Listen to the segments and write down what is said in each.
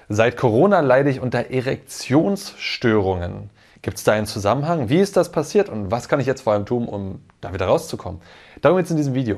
Seit Corona leide ich unter Erektionsstörungen. Gibt es da einen Zusammenhang? Wie ist das passiert und was kann ich jetzt vor allem tun, um da wieder rauszukommen? Darum geht es in diesem Video.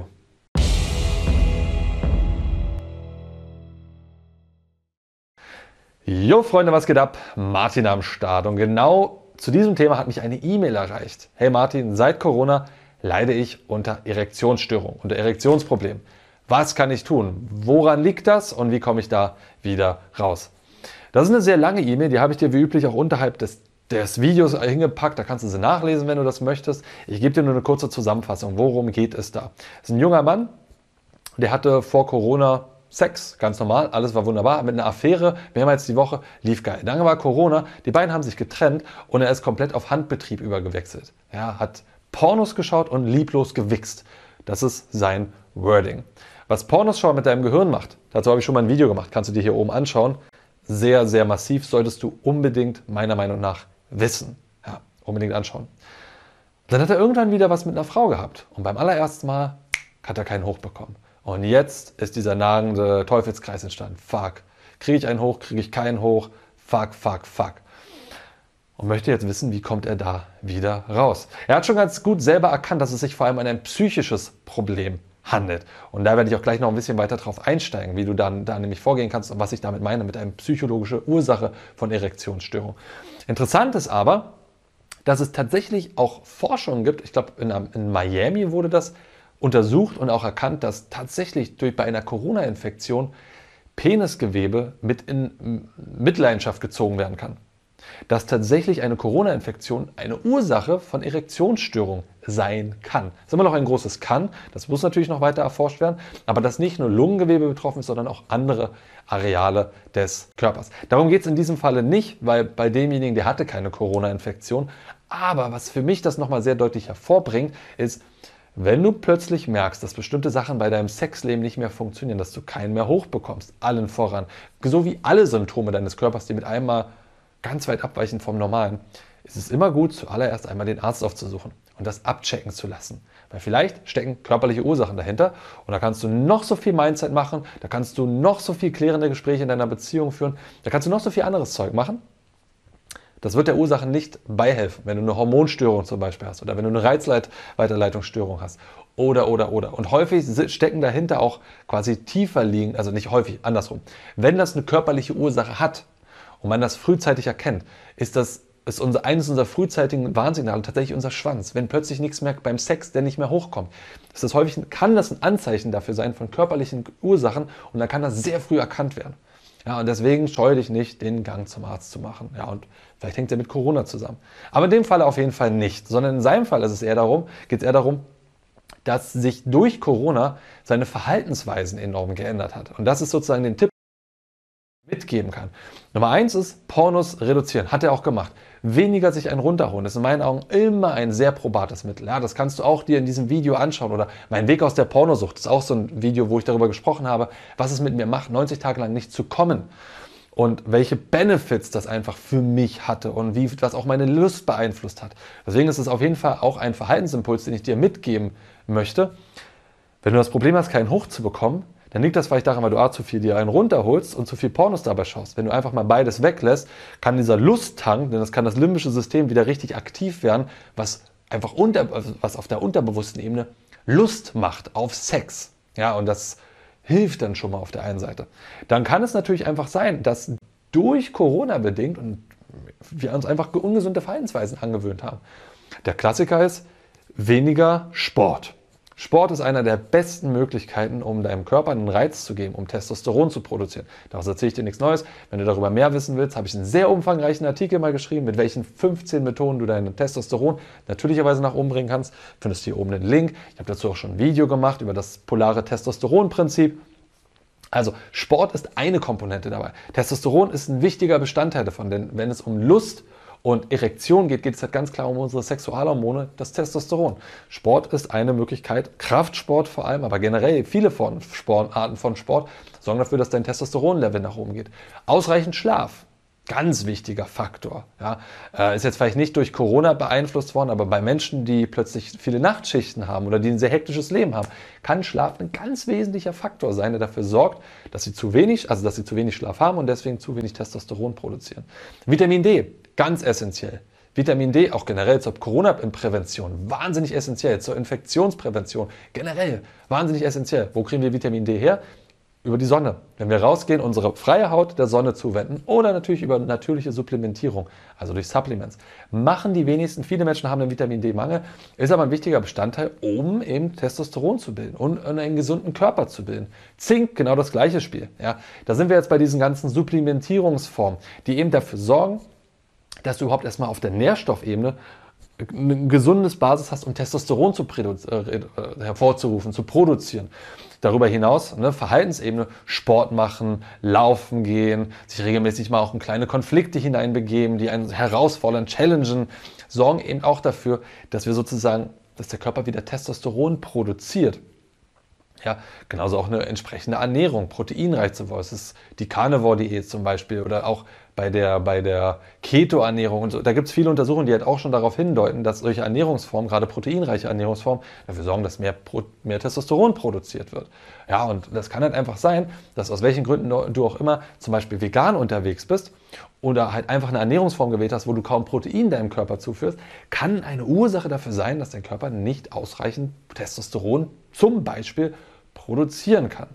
Jo Freunde, was geht ab? Martin am Start und genau zu diesem Thema hat mich eine E-Mail erreicht. Hey Martin, seit Corona leide ich unter Erektionsstörung, unter Erektionsproblemen. Was kann ich tun? Woran liegt das und wie komme ich da wieder raus? Das ist eine sehr lange E-Mail, die habe ich dir wie üblich auch unterhalb des Videos hingepackt. Da kannst du sie nachlesen, wenn du das möchtest. Ich gebe dir nur eine kurze Zusammenfassung. Worum geht es da? Das ist ein junger Mann, der hatte vor Corona Sex, ganz normal, alles war wunderbar, mit einer Affäre, mehrmals die Woche, lief geil. Dann war Corona, die beiden haben sich getrennt und er ist komplett auf Handbetrieb übergewechselt. Er hat Pornos geschaut und lieblos gewichst. Das ist sein Wording. Was Pornos schauen mit deinem Gehirn macht, dazu habe ich schon mal ein Video gemacht, kannst du dir hier oben anschauen. Sehr, sehr massiv, solltest du unbedingt meiner Meinung nach wissen. Ja, unbedingt anschauen. Dann hat er irgendwann wieder was mit einer Frau gehabt und beim allerersten Mal hat er keinen Hoch bekommen. Und jetzt ist dieser nagende Teufelskreis entstanden. Fuck. Kriege ich einen hoch, kriege ich keinen hoch? Fuck, fuck, fuck. Und möchte jetzt wissen, wie kommt er da wieder raus? Er hat schon ganz gut selber erkannt, dass es sich vor allem um ein psychisches Problem handelt. Und da werde ich auch gleich noch ein bisschen weiter drauf einsteigen, wie du dann da nämlich vorgehen kannst und was ich damit meine, mit einer psychologischen Ursache von Erektionsstörung. Interessant ist aber, dass es tatsächlich auch Forschungen gibt, ich glaube in Miami wurde das untersucht und auch erkannt, dass tatsächlich bei einer Corona-Infektion Penisgewebe mit in Mitleidenschaft gezogen werden kann. Dass tatsächlich eine Corona-Infektion eine Ursache von Erektionsstörung sein kann. Das ist immer noch ein großes Kann, das muss natürlich noch weiter erforscht werden, aber dass nicht nur Lungengewebe betroffen ist, sondern auch andere Areale des Körpers. Darum geht es in diesem Falle nicht, weil bei demjenigen, der hatte keine Corona-Infektion, aber was für mich das nochmal sehr deutlich hervorbringt, ist, wenn du plötzlich merkst, dass bestimmte Sachen bei deinem Sexleben nicht mehr funktionieren, dass du keinen mehr hochbekommst, allen voran, so wie alle Symptome deines Körpers, die mit einmal ganz weit abweichen vom Normalen, ist es immer gut, zuallererst einmal den Arzt aufzusuchen und das abchecken zu lassen. Weil vielleicht stecken körperliche Ursachen dahinter und da kannst du noch so viel Mindset machen, da kannst du noch so viel klärende Gespräche in deiner Beziehung führen, da kannst du noch so viel anderes Zeug machen. Das wird der Ursache nicht beihelfen, wenn du eine Hormonstörung zum Beispiel hast oder wenn du eine Reizweiterleitungsstörung hast oder. Und häufig stecken dahinter auch quasi tiefer liegen, also nicht häufig, andersrum. Wenn das eine körperliche Ursache hat und man das frühzeitig erkennt, ist eines unserer frühzeitigen Warnsignale tatsächlich unser Schwanz. Wenn plötzlich nichts mehr beim Sex, der nicht mehr hochkommt, kann das ein Anzeichen dafür sein von körperlichen Ursachen und dann kann das sehr früh erkannt werden. Ja, und deswegen scheue dich nicht, den Gang zum Arzt zu machen. Ja, und vielleicht hängt er mit Corona zusammen. Aber in dem Fall auf jeden Fall nicht, sondern in seinem Fall geht es eher darum, dass sich durch Corona seine Verhaltensweisen enorm geändert hat. Und das ist sozusagen den Tipp, mitgeben kann. Nummer 1 ist Pornos reduzieren. Hat er auch gemacht. Weniger sich einen runterholen. Das ist in meinen Augen immer ein sehr probates Mittel. Ja, das kannst du auch dir in diesem Video anschauen. Oder mein Weg aus der Pornosucht. Das ist auch so ein Video, wo ich darüber gesprochen habe, was es mit mir macht, 90 Tage lang nicht zu kommen. Und welche Benefits das einfach für mich hatte und wie das auch meine Lust beeinflusst hat. Deswegen ist es auf jeden Fall auch ein Verhaltensimpuls, den ich dir mitgeben möchte. Wenn du das Problem hast, keinen Hoch zu bekommen, dann liegt das vielleicht daran, weil du zu viel dir einen runterholst und zu viel Pornos dabei schaust. Wenn du einfach mal beides weglässt, kann dieser Lusttank, denn das kann das limbische System wieder richtig aktiv werden, was auf der unterbewussten Ebene Lust macht auf Sex. Ja, und das hilft dann schon mal auf der einen Seite. Dann kann es natürlich einfach sein, dass durch Corona bedingt und wir uns einfach ungesunde Verhaltensweisen angewöhnt haben. Der Klassiker ist weniger Sport. Sport ist einer der besten Möglichkeiten, um deinem Körper einen Reiz zu geben, um Testosteron zu produzieren. Daraus erzähle ich dir nichts Neues. Wenn du darüber mehr wissen willst, habe ich einen sehr umfangreichen Artikel mal geschrieben, mit welchen 15 Methoden du deinen Testosteron natürlicherweise nach oben bringen kannst. Findest du hier oben den Link. Ich habe dazu auch schon ein Video gemacht über das polare Testosteronprinzip. Also Sport ist eine Komponente dabei. Testosteron ist ein wichtiger Bestandteil davon, denn wenn es um Lust und Erektion geht es halt ganz klar um unsere Sexualhormone, das Testosteron. Sport ist eine Möglichkeit, Kraftsport vor allem, aber generell viele Arten von Sport sorgen dafür, dass dein Testosteronlevel nach oben geht. Ausreichend Schlaf Ganz wichtiger Faktor. Ja. Ist jetzt vielleicht nicht durch Corona beeinflusst worden, aber bei Menschen, die plötzlich viele Nachtschichten haben oder die ein sehr hektisches Leben haben, kann Schlaf ein ganz wesentlicher Faktor sein, der dafür sorgt, dass sie zu wenig Schlaf haben und deswegen zu wenig Testosteron produzieren. Vitamin D, ganz essentiell. Vitamin D auch generell zur Corona-Prävention, wahnsinnig essentiell. Zur Infektionsprävention, generell wahnsinnig essentiell. Wo kriegen wir Vitamin D her? Über die Sonne. Wenn wir rausgehen, unsere freie Haut der Sonne zuwenden oder natürlich über natürliche Supplementierung, also durch Supplements. Machen die wenigsten, viele Menschen haben einen Vitamin D-Mangel, ist aber ein wichtiger Bestandteil, um eben Testosteron zu bilden und einen gesunden Körper zu bilden. Zink, genau das gleiche Spiel. Ja, da sind wir jetzt bei diesen ganzen Supplementierungsformen, die eben dafür sorgen, dass du überhaupt erstmal auf der Nährstoffebene ein gesundes Basis hast, um Testosteron hervorzurufen, zu produzieren. Darüber hinaus, Verhaltensebene, Sport machen, laufen gehen, sich regelmäßig mal auch in kleine Konflikte hineinbegeben, die einen herausfordern, challengen, sorgen eben auch dafür, dass der Körper wieder Testosteron produziert. Ja, genauso auch eine entsprechende Ernährung, proteinreich zu sein. Das ist die Carnivore-Diät zum Beispiel oder auch bei der Keto-Ernährung und so. Da gibt es viele Untersuchungen, die halt auch schon darauf hindeuten, dass solche Ernährungsformen, gerade proteinreiche Ernährungsformen, dafür sorgen, dass mehr Testosteron produziert wird. Ja, und das kann halt einfach sein, dass aus welchen Gründen du auch immer zum Beispiel vegan unterwegs bist oder halt einfach eine Ernährungsform gewählt hast, wo du kaum Protein deinem Körper zuführst, kann eine Ursache dafür sein, dass dein Körper nicht ausreichend Testosteron zum Beispiel produzieren kann.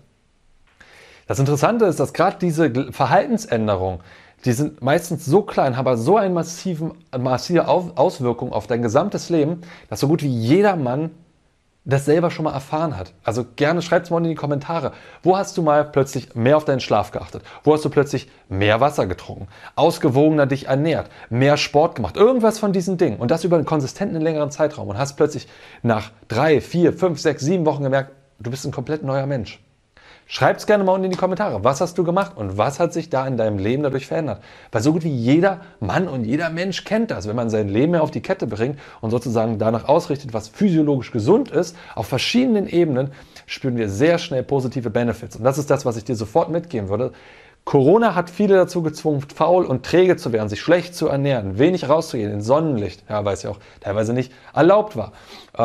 Das Interessante ist, dass gerade diese Verhaltensänderungen, die sind meistens so klein, haben aber so eine massive Auswirkung auf dein gesamtes Leben, dass so gut wie jeder Mann das selber schon mal erfahren hat. Also gerne schreibt es mal in die Kommentare. Wo hast du mal plötzlich mehr auf deinen Schlaf geachtet? Wo hast du plötzlich mehr Wasser getrunken? Ausgewogener dich ernährt? Mehr Sport gemacht? Irgendwas von diesen Dingen. Und das über einen konsistenten, längeren Zeitraum. Und hast plötzlich nach 3, 4, 5, 6, 7 Wochen gemerkt, du bist ein komplett neuer Mensch. Schreib es gerne mal unten in die Kommentare. Was hast du gemacht und was hat sich da in deinem Leben dadurch verändert? Weil so gut wie jeder Mann und jeder Mensch kennt das. Wenn man sein Leben mehr auf die Kette bringt und sozusagen danach ausrichtet, was physiologisch gesund ist, auf verschiedenen Ebenen, spüren wir sehr schnell positive Benefits. Und das ist das, was ich dir sofort mitgeben würde. Corona hat viele dazu gezwungen, faul und träge zu werden, sich schlecht zu ernähren, wenig rauszugehen, ins Sonnenlicht, ja, weil es ja auch teilweise nicht erlaubt war,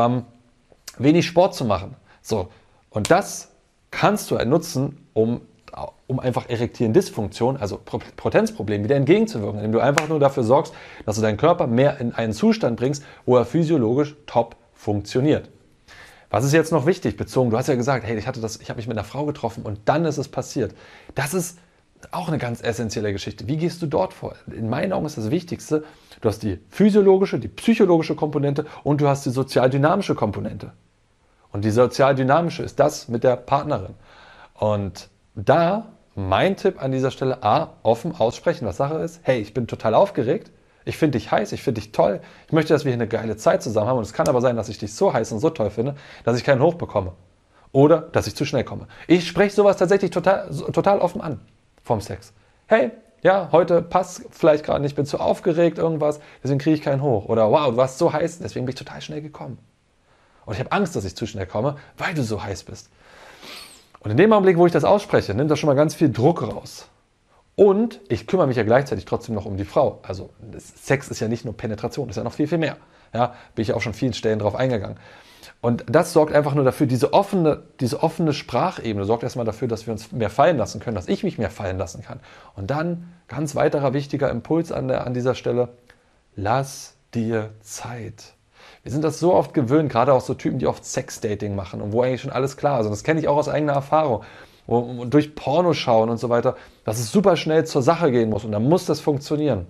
wenig Sport zu machen. So, und das kannst du nutzen, um einfach erektilen Dysfunktion, also Potenzproblemen, wieder entgegenzuwirken, indem du einfach nur dafür sorgst, dass du deinen Körper mehr in einen Zustand bringst, wo er physiologisch top funktioniert. Was ist jetzt noch wichtig bezogen? Du hast ja gesagt, hey, ich habe mich mit einer Frau getroffen und dann ist es passiert. Das ist auch eine ganz essentielle Geschichte. Wie gehst du dort vor? In meinen Augen ist das Wichtigste, du hast die physiologische, die psychologische Komponente und du hast die sozial-dynamische Komponente. Und die sozial-dynamische ist das mit der Partnerin. Und da mein Tipp an dieser Stelle, offen aussprechen, was Sache ist. Hey, ich bin total aufgeregt. Ich finde dich heiß, ich finde dich toll. Ich möchte, dass wir hier eine geile Zeit zusammen haben. Und es kann aber sein, dass ich dich so heiß und so toll finde, dass ich keinen Hoch bekomme. Oder dass ich zu schnell komme. Ich spreche sowas tatsächlich total offen an vom Sex. Hey, ja, heute passt vielleicht gerade nicht, bin zu aufgeregt, irgendwas, deswegen kriege ich keinen Hoch. Oder wow, du warst so heiß, deswegen bin ich total schnell gekommen. Und ich habe Angst, dass ich zu schnell komme, weil du so heiß bist. Und in dem Augenblick, wo ich das ausspreche, nimmt das schon mal ganz viel Druck raus. Und ich kümmere mich ja gleichzeitig trotzdem noch um die Frau. Also Sex ist ja nicht nur Penetration, das ist ja noch viel, viel mehr. Ja, bin ich ja auch schon vielen Stellen drauf eingegangen. Und das sorgt einfach nur dafür, diese offene Sprachebene sorgt erstmal dafür, dass wir uns mehr fallen lassen können, dass ich mich mehr fallen lassen kann. Und dann, ganz weiterer wichtiger Impuls an dieser Stelle, lass dir Zeit. Wir sind das so oft gewöhnt, gerade auch so Typen, die oft Sexdating machen und wo eigentlich schon alles klar ist. Und das kenne ich auch aus eigener Erfahrung. Durch Porno schauen und so weiter, dass es super schnell zur Sache gehen muss und dann muss das funktionieren.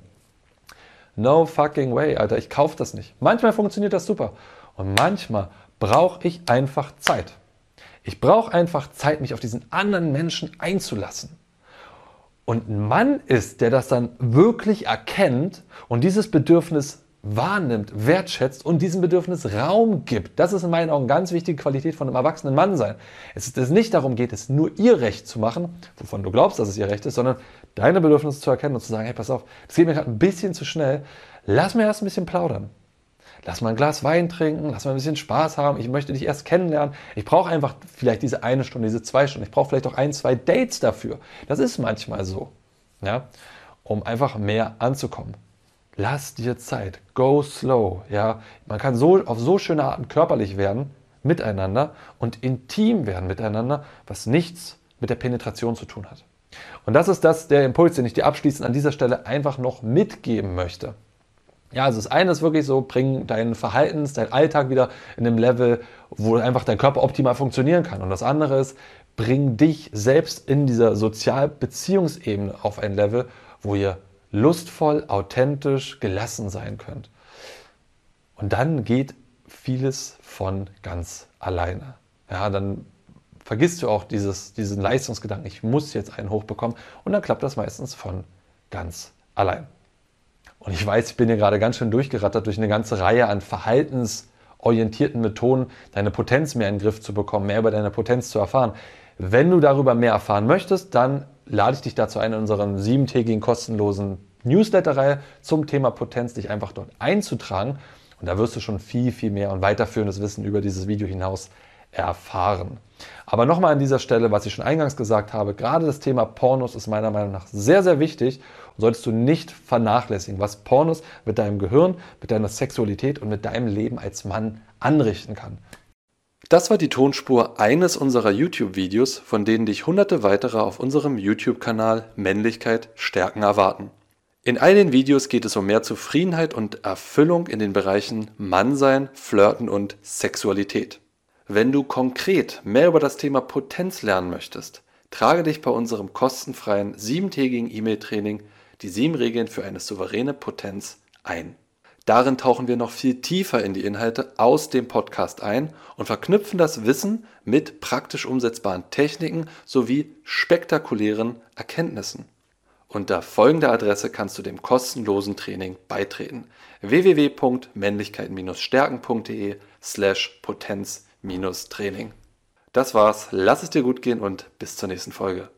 No fucking way, Alter, ich kaufe das nicht. Manchmal funktioniert das super und manchmal brauche ich einfach Zeit. Ich brauche einfach Zeit, mich auf diesen anderen Menschen einzulassen. Und ein Mann ist, der das dann wirklich erkennt und dieses Bedürfnis wahrnimmt, wertschätzt und diesem Bedürfnis Raum gibt. Das ist in meinen Augen eine ganz wichtige Qualität von einem erwachsenen Mann sein. Es nicht darum geht, es nur ihr Recht zu machen, wovon du glaubst, dass es ihr Recht ist, sondern deine Bedürfnisse zu erkennen und zu sagen, hey, pass auf, das geht mir gerade ein bisschen zu schnell, lass mir erst ein bisschen plaudern. Lass mal ein Glas Wein trinken, lass mal ein bisschen Spaß haben, ich möchte dich erst kennenlernen. Ich brauche einfach vielleicht diese 1 Stunde, diese 2 Stunden, ich brauche vielleicht auch 1, 2 Dates dafür. Das ist manchmal so. Ja? um einfach mehr anzukommen. Lass dir Zeit, go slow. Ja? Man kann auf so schöne Arten körperlich werden miteinander und intim werden miteinander, was nichts mit der Penetration zu tun hat. Und das ist der Impuls, den ich dir abschließend an dieser Stelle einfach noch mitgeben möchte. Ja, also das eine ist wirklich so, bring dein dein Alltag wieder in einem Level, wo einfach dein Körper optimal funktionieren kann. Und das andere ist, bring dich selbst in dieser Sozialbeziehungsebene auf ein Level, wo ihr lustvoll, authentisch, gelassen sein könnt. Und dann geht vieles von ganz alleine. Ja, dann vergisst du auch diesen Leistungsgedanken, ich muss jetzt einen hochbekommen, und dann klappt das meistens von ganz allein. Und ich weiß, ich bin hier gerade ganz schön durchgerattert durch eine ganze Reihe an verhaltensorientierten Methoden, deine Potenz mehr in den Griff zu bekommen, mehr über deine Potenz zu erfahren. Wenn du darüber mehr erfahren möchtest, dann lade ich dich dazu ein, in unseren 7-tägigen kostenlosen Newsletter-Reihe zum Thema Potenz, dich einfach dort einzutragen. Und da wirst du schon viel, viel mehr und weiterführendes Wissen über dieses Video hinaus erfahren. Aber nochmal an dieser Stelle, was ich schon eingangs gesagt habe, gerade das Thema Pornos ist meiner Meinung nach sehr, sehr wichtig und solltest du nicht vernachlässigen, was Pornos mit deinem Gehirn, mit deiner Sexualität und mit deinem Leben als Mann anrichten kann. Das war die Tonspur eines unserer YouTube-Videos, von denen dich hunderte weitere auf unserem YouTube-Kanal Männlichkeit stärken erwarten. In all den Videos geht es um mehr Zufriedenheit und Erfüllung in den Bereichen Mannsein, Flirten und Sexualität. Wenn du konkret mehr über das Thema Potenz lernen möchtest, trage dich bei unserem kostenfreien 7-tägigen E-Mail-Training die 7 Regeln für eine souveräne Potenz ein. Darin tauchen wir noch viel tiefer in die Inhalte aus dem Podcast ein und verknüpfen das Wissen mit praktisch umsetzbaren Techniken sowie spektakulären Erkenntnissen. Unter folgender Adresse kannst du dem kostenlosen Training beitreten: www.männlichkeit-stärken.de/potenz-training. Das war's, lass es dir gut gehen und bis zur nächsten Folge.